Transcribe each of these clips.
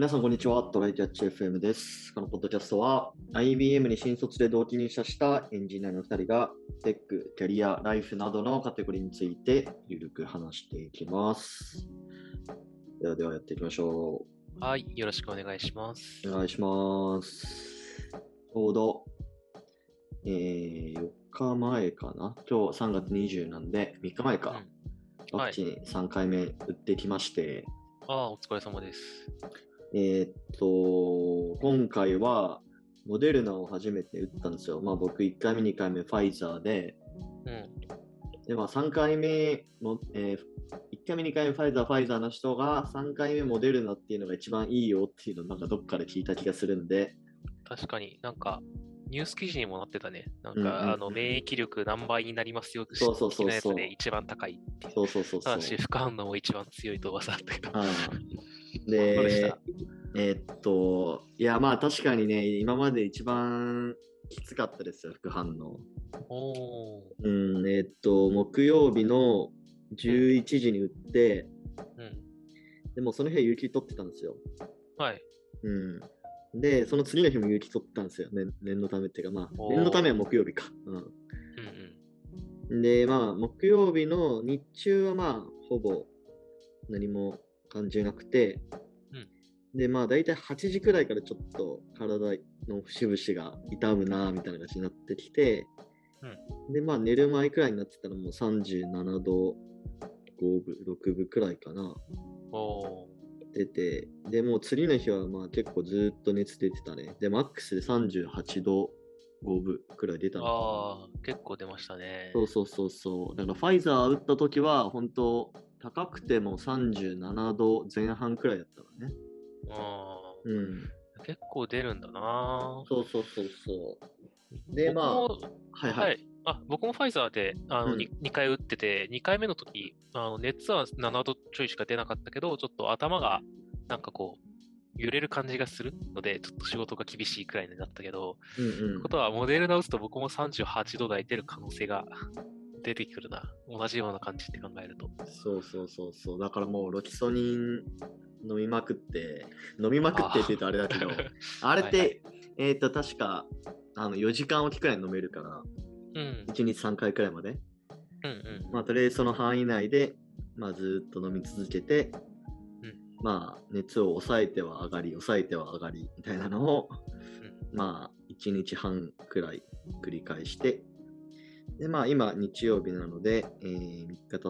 皆さん、こんにちは。トライキャッチ FM です。このポッドキャストは、IBM に新卒で同期入社したエンジニアの2人が、テック、キャリア、ライフなどのカテゴリーについて、ゆるく話していきます。ではやっていきましょはい、よろしくお願いします。 う。お願いします。ちょうど、4日前かな。今日3月20なんで、3日前か。ワクチン3回目打ってきまして、 お疲れ様です。 今回は、モデルナを初めて打ったんですよ。僕1回目、2回目ファイザーで、で、3回目も、1回目、2回目ファイザーの人が3回目モデルナっていうのが一番いいよっていうのをなんかどっかで聞いた気がするんで。 確かになんか、ニュース記事にもなってたね。なんか、免疫力何倍になりますよ的なやつで一番高いっていう。ただし、副反応も一番強いと噂だったけど。 で、いや、確かにね、今まで一番きつかったですよ、副反応。木曜日の11時に打って、でもその日は有給取ってたんですよ。 はい。 で、その次の日も有給取ったんですよ、念のためっていうか、念のためは木曜日か。で、木曜日の日中はほぼ何も感じなくて、で、だいたい8時くらいからちょっと体の節々が痛むなみたいな感じになってきて、で、寝る前くらいになってたらもう37度5分、6分くらいかな。出て、で、もう次の日は結構ずっと熱出てたね。で、マックスで38度5分くらい出たの。 結構出ましたね。 そう。だからファイザー打った時は本当高くても37度前半くらいだったからね。 結構出るんだな。 そう。で、 僕もファイザーで2回打ってて、2回目の時、熱は7度ちょいしか出なかったけど、ちょっと頭がなんかこう、揺れる感じがするので、ちょっと仕事が厳しいくらいになったけど、ことはモデルナ打つと僕も38度台出る可能性が出てくるな。同じような感じって考えると。 そう。だからもうロキソニン飲みまくってって言うとあれだけど、あれって、確か4時間おきくらい飲めるから、1日3回くらいまで。とりあえずその範囲内で、ずっと飲み続けて、熱を抑えては上がりみたいなのを、1日半くらい繰り返して、で、今日曜日なので、3日経って、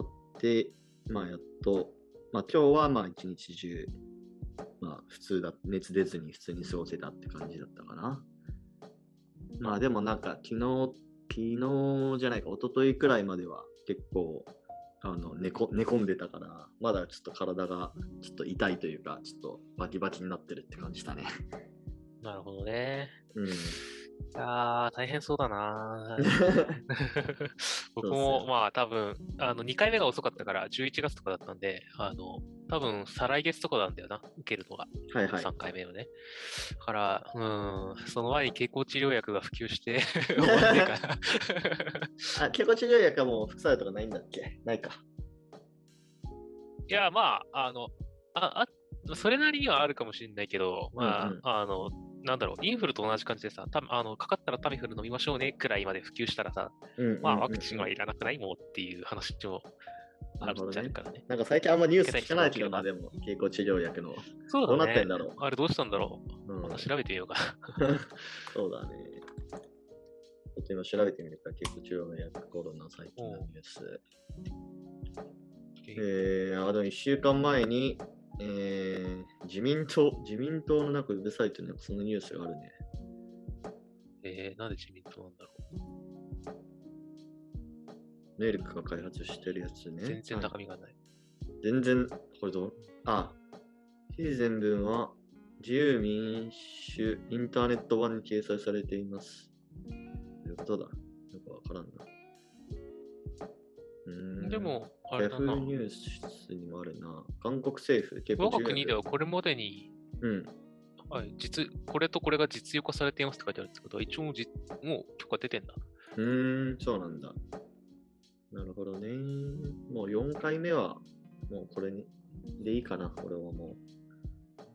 やっと、今日は1日中、普通熱出ずに普通に過ごせたって感じだったかな。でもなんか昨日じゃないか、一昨日くらいまでは結構、寝込んでたから、まだちょっと体がちょっと痛いというか、ちょっとバキバキになってるって感じだね。 なるほどね。大変そうだな僕も多分、2回目が遅かったから11月とかだったんで、多分再来月とかなんだよな、受けるのが。3回目をね。だから、その前に経口治療薬が普及して終わんねえかな。 経口治療薬はもう副作用とかないんだっけ？ないか。 いや、それなりにはあるかもしれないけど、なんだろう、インフルと同じ感じでさ、かかったらタミフル飲みましょうねくらいまで普及したらさ、ワクチンはいらなくないもんっていう話もあるんじゃないからね。 なんか最近あんまニュース聞かないけどな、でも、経口治療薬の。 そうだね。 どうなってんだろう。 あれどうしたんだろう。また調べてみようか。 そうだね。ちょっと今調べてみるか、経口治療薬コロナ最近のニュース。でも1週間前に、自民党のなんかウェブサイトにそのニュースがあるね。 なんで自民党なんだろう。メルクが開発してるやつね。 全然中身がない。 全然、これどう？非全文は自由民主インターネット版に掲載されています。どういうことだ？よくわからんな。 でも、あれだな。Yahoo ニュースにもあるな。韓国政府、 我が国ではこれまでに、これとこれが実用化されていますって書いてあるんですけど、一応もう許可出てんだ。 そうなんだ。なるほどね。もう4回目は、もうこれでいいかな、俺はもう。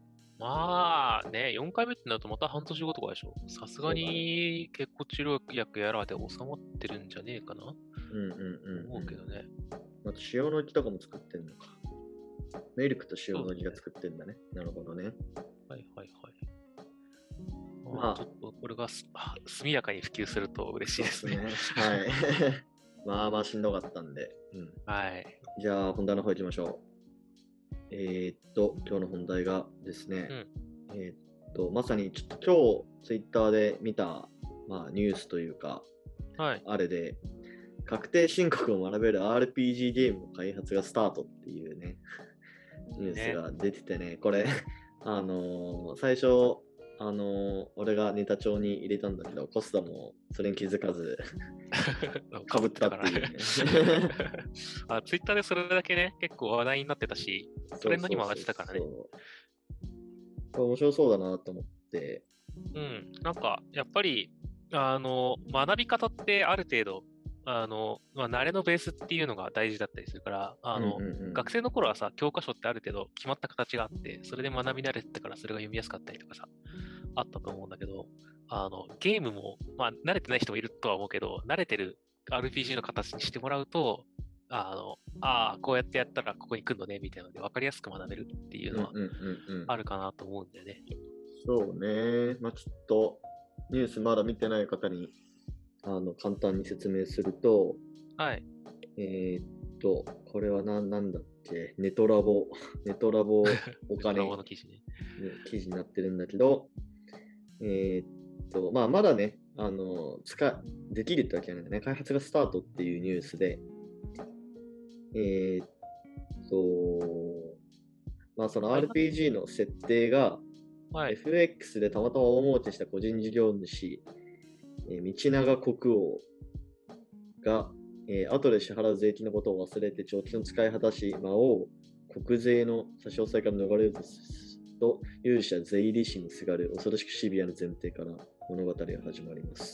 まあね、4回目ってなるとまた半年後とかでしょ。さすがに結構治療薬やらで収まってるんじゃねえかな。思うけどね。 また塩の木とかも作ってんのか。ミルクと塩の木が作ってんだね。なるほどね。 はいはいはい。まあ、ちょっとこれが速やかに普及すると嬉しいですね。 はい。まあまあしんどかったんで。 はい。 じゃあ本題の方行きましょう。今日の本題がですね、まさにちょっと今日ツイッターで見た、まあ、ニュースというか、あれで、確定申告を学べる RPG ゲームの開発がスタートっていうね、ニュースが出ててね、これ、最初、俺がネタ帳に入れたんだけど、コスタもそれに気づかず、かぶったっていうね。 ツイッターでそれだけね、結構話題になってたし、トレンドにも上がってたからね。 面白そうだなと思って。 なんか、やっぱり、学び方ってある程度、慣れのベースっていうのが大事だったりするから、学生の頃はさ、教科書ってある程度決まった形があって、それで学び慣れてたから、それが読みやすかったりとかさ、あったと思うんだけど、ゲームも、まあ、慣れてない人もいるとは思うけど、慣れてる RPG の形にしてもらうと、こうやってやったらここに来るのね、みたいなので分かりやすく学べるっていうのはあるかなと思うんだよね。 そうね。まあ、ちょっと、ニュースまだ見てない方に、簡単に説明すると、 はい。 これはなんだっけ、ネトラボお金の記事ね。 記事になってるんだけど、まあ、まだね、できるってわけじゃないね。開発がスタートっていうニュースで、まあ、その RPG の設定が、FX でたまたま大儲けした個人事業主、道長国王が、後で支払う税金のことを忘れて長期の使い果たし、魔王、国税の差し押さえから逃れようとすると、勇者税理士にすがる恐ろしくシビアな前提から物語が始まります。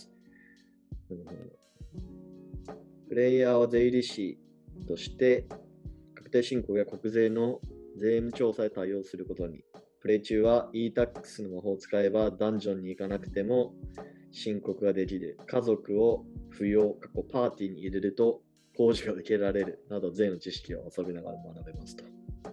プレイヤーは税理士として確定申告や国税の税務調査で対応することに、プレイ中は e-tax の魔法を使えばダンジョンに行かなくても申告ができる。家族を扶養、パーティーに入れると控除が受けられるなど税の知識を遊びながら学べますと。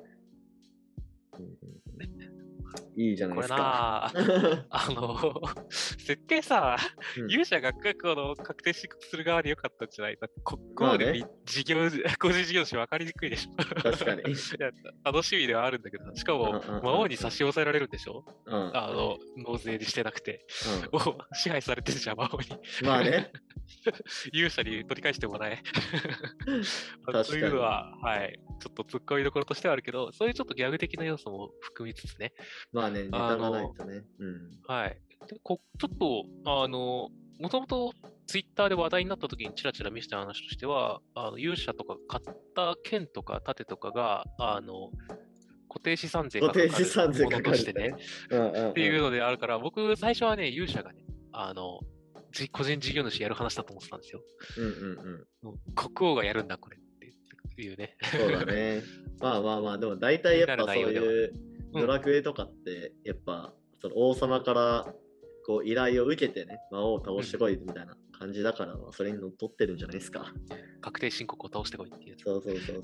いいじゃないですか。 これな設定さ、勇者が確定申告する側でよかったんじゃないだって、ここで個人事業主分かりにくいでしょ。 確かに。 楽しみではあるんだけど、しかも、魔王に差し押さえられるんでしょ。納税にしてなくて。支配されてるじゃん、魔王に。 まあね。 勇者に取り返してもらえ。そういうのは、はい、ちょっと突っ込みどころとしてはあるけど、そういうちょっとギャグ的な要素も含みつつね。 まあね、ネタがないとね。 はい。ちょっと、もともとツイッターで話題になった時にチラチラ見せた話としては、勇者とか買った剣とか盾とかが、固定資産税がかかるものとしてね、っていうのであるから、僕、最初はね、勇者がね、個人事業主やる話だと思ってたんですよ。国王がやるんだ、これっていうね。 そうだね。まあ、でも大体やっぱそういうドラクエとかって、やっぱその王様からこう依頼を受けてね、魔王を倒してこいみたいな感じだから、それにのっとってるんじゃないですか。 確定申告を倒してこいっていう。 そう。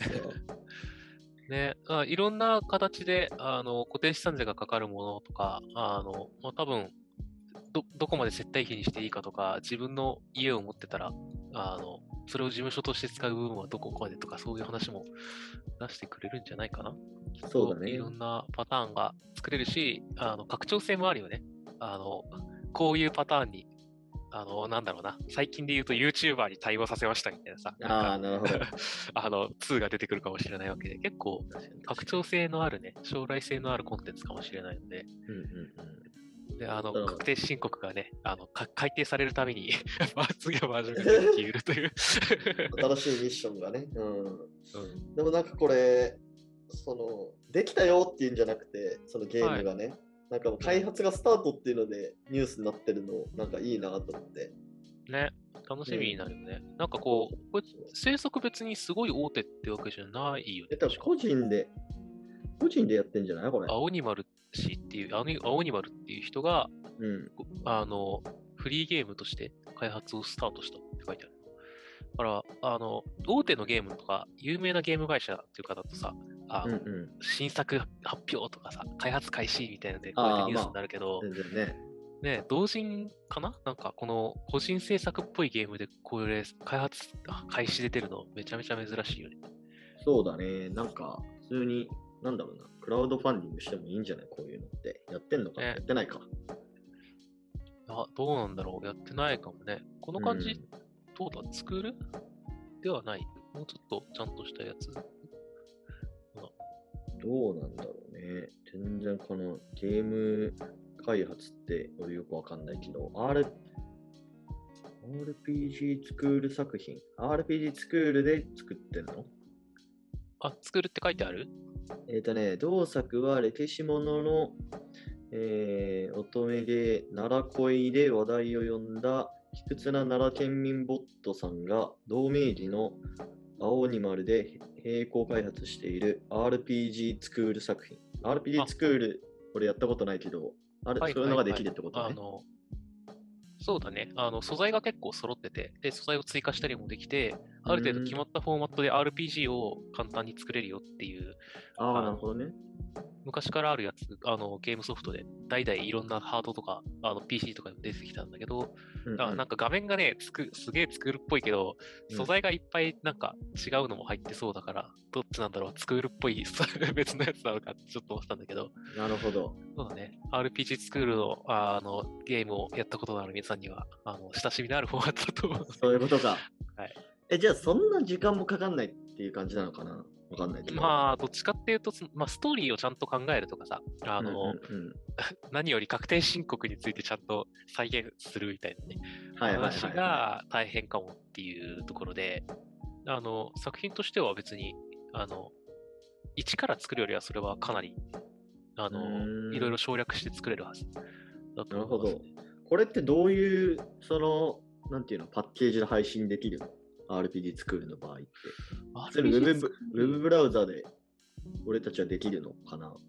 ね、いろんな形で固定資産税がかかるものとか、多分どこまで接待費にしていいかとか、自分の家を持ってたら、それを事務所として使う部分はどこまでとか、そういう話も出してくれるんじゃないかな。 そうだね。 いろんなパターンが作れるし、拡張性もあるよね。こういうパターンに、なんだろうな、最近で言うと YouTuber に対応させましたみたいなさ、 なるほど。 2が出てくるかもしれないわけで、結構、拡張性のあるね、将来性のあるコンテンツかもしれないので、で確定申告がね、改定されるたびに次はバージョンが出てきるという新しいミッションがね。でもなんかこれ、できたよっていうんじゃなくて、そのゲームがね、なんかもう開発がスタートっていうのでニュースになってるの、なんかいいなと思って。 ね、楽しみになるよね。なんかこれ制作別にすごい大手ってわけじゃないよね。 個人でやってんじゃないこれ。 青に丸っ氏っていう、青ニマルっていう人が、フリーゲームとして開発をスタートしたって書いてある。だから、大手のゲームとか、有名なゲーム会社っていうかだとさ、新作発表とかさ、開発開始みたいなので、こうやってニュースになるけど、ね、同人かななんか、この個人制作っぽいゲームで、これ、開発開始で出るの、めちゃめちゃ珍しいよね。 そうだね。なんか、普通に、なんだろうな、クラウドファンディングしてもいいんじゃないこういうのって。やってんのか、やってないか。 どうなんだろうやってないかもね。この感じ、どうだスクールではない。もうちょっとちゃんとしたやつ。 どうなんだろうね。全然このゲーム開発って俺よくわかんないけど、RPG スクール作品 ?RPG スクールで作ってんの？ スクールって書いてある？ 同作は歴史ものの、乙女ゲー、奈良恋で話題を呼んだ卑屈な奈良県民ボットさんが同名義の青に丸で並行開発している RPG スクール作品。RPG スクール、俺やったことないけど、そういうのができるってことね。 そうだね。素材が結構揃ってて、で、素材を追加したりもできて、ある程度決まったフォーマットで RPG を簡単に作れるよっていう。 なるほどね。 昔からあるやつ、ゲームソフトで、代々いろんなハードとか、PC とかでも出てきたんだけど、なんか画面がね、すげえ作るっぽいけど、素材がいっぱいなんか違うのも入ってそうだから、どっちなんだろう、作るっぽい別のやつなのかってちょっと思ったんだけど。 なるほど。 そうだね。RPG スクールの、ゲームをやったことのある皆さんには、親しみのあるフォーマットだと思う。 そういうことか。 はい。 じゃあそんな時間もかかんないっていう感じなのかな？わかんないけど。 まあ、どっちかっていうと、ストーリーをちゃんと考えるとかさ、何より確定申告についてちゃんと再現するみたいなね、話が大変かもっていうところで、作品としては別に、一から作るよりはそれはかなり、いろいろ省略して作れるはずだと思います、ね。 なるほど。これってどういう、なんていうの、パッケージで配信できるの？RPG スクールの場合って。ウェブブラウザで俺たちはできるのかな？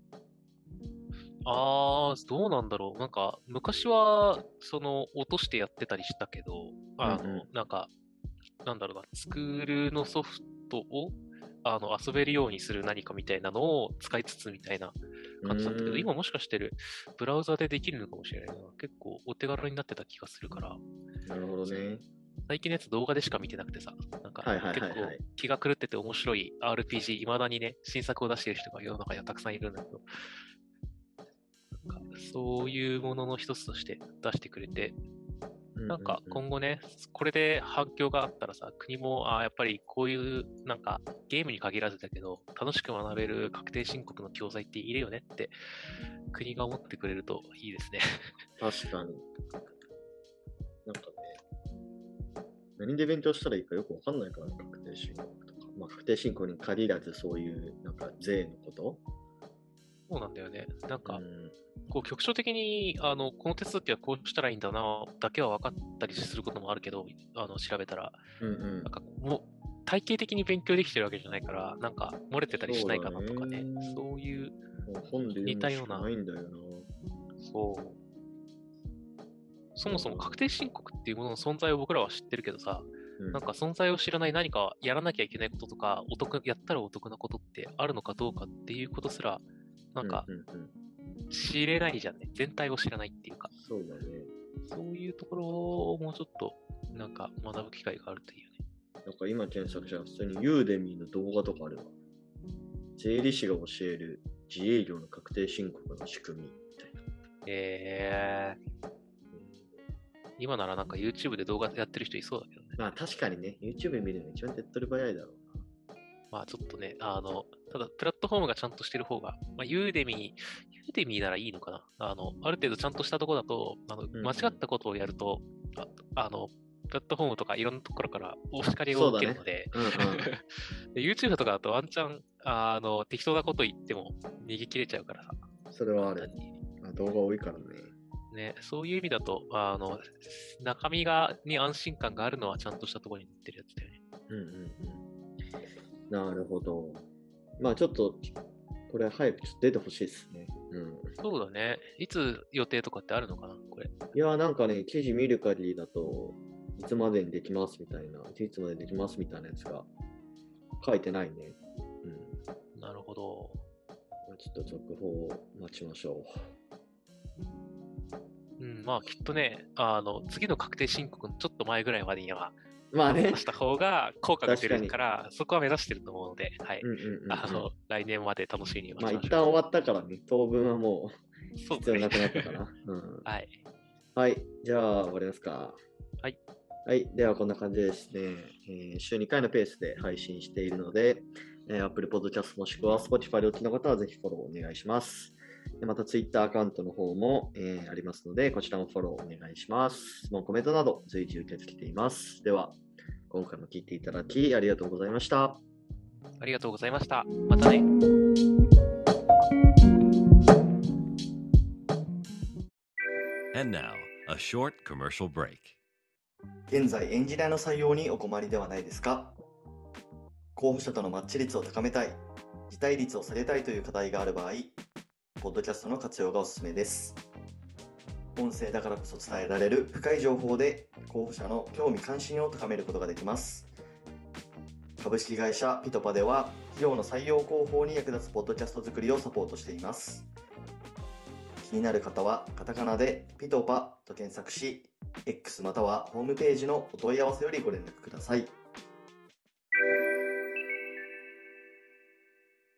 どうなんだろう。なんか、昔は、落としてやってたりしたけど、なんか、なんだろうな、スクールのソフトを、遊べるようにする何かみたいなのを使いつつみたいな感じだったけど、今もしかしてブラウザでできるのかもしれないな。結構お手軽になってた気がするから。 なるほどね。 最近のやつ動画でしか見てなくてさ、なんか結構気が狂ってて面白い RPG、未だにね、新作を出してる人が世の中にはたくさんいるんだけど、なんかそういうものの一つとして出してくれて、なんか今後ね、これで反響があったらさ、国も、やっぱりこういう、なんかゲームに限らずだけど、楽しく学べる確定申告の教材っているよねって、国が思ってくれるといいですね。 確かに。なんかね、何で勉強したらいいかよくわかんないから、確定申告とか。まあ、確定申告に限らずそういう、なんか税のことそうなんだよね。なんか、こう局所的にこの手続きはこうしたらいいんだなだけは分かったりすることもあるけど、調べたら、なんかもう体系的に勉強できてるわけじゃないから、なんか漏れてたりしないかなとかね、そういう似たような。そう。そもそも確定申告っていうものの存在を僕らは知ってるけどさ、なんか存在を知らない何かやらなきゃいけないこととか、やったらお得なことってあるのかどうかっていうことすら、なんか、知れないじゃんね。全体を知らないっていうか。 そうだね。 そういうところをもうちょっと、なんか学ぶ機会があるといいよね。 なんか今検索したら普通にユーデミーの動画とかあるわ。税理士が教える自営業の確定申告の仕組みみたいな。 今ならなんか YouTube で動画やってる人いそうだけどね。 まあ確かにね、YouTube 見るのが一番手っ取り早いだろうな。 まあちょっとね、ただプラットフォームがちゃんとしてる方が、まあユーデミーならいいのかな。ある程度ちゃんとしたところだと、間違ったことをやると、プラットフォームとかいろんなところからお叱りを受けるので、YouTube とかだとワンチャン、適当なこと言っても逃げ切れちゃうからさ。 それはある。動画多いからね。 ね、そういう意味だと、中身に安心感があるのはちゃんとしたところに載ってるやつだよね。 なるほど。まあちょっとこれ早くちょっと出てほしいですね。 そうだね。いつ予定とかってあるのかな、これ。 いや、なんかね、記事見る限りだと、いつまでにできますみたいな、いつまでできますみたいなやつが書いてないね。 なるほど。 ちょっと続報を待ちましょう。まあきっとね、次の確定申告のちょっと前ぐらいまでには、 まあね。 した方が効果が出るから、そこは目指してると思うので、はい。来年まで楽しみに待ちましょう。 まあ一旦終わったからね、当分はもう必要なくなったかな。 はい。 はい。じゃあ終わりますか。 はい。 はい。ではこんな感じでですね、週2回のペースで配信しているので、Apple Podcast もしくは Spotify でお聞きの方はぜひフォローお願いします。また Twitter アカウントの方も、ありますので、こちらもフォローお願いします。質問、コメントなど随時受け付けています。では、今回も聞いていただきありがとうございました。 ありがとうございました。またね。 And now, a short commercial break. 現在、エンジニアの採用にお困りではないですか？候補者とのマッチ率を高めたい、辞退率を下げたいという課題がある場合、ポッドキャストの活用がおすすめです。音声だからこそ伝えられる深い情報で候補者の興味関心を高めることができます。株式会社ピトパでは企業の採用広報に役立つポッドキャスト作りをサポートしています。気になる方はカタカナでピトパと検索し、X またはホームページのお問い合わせよりご連絡ください。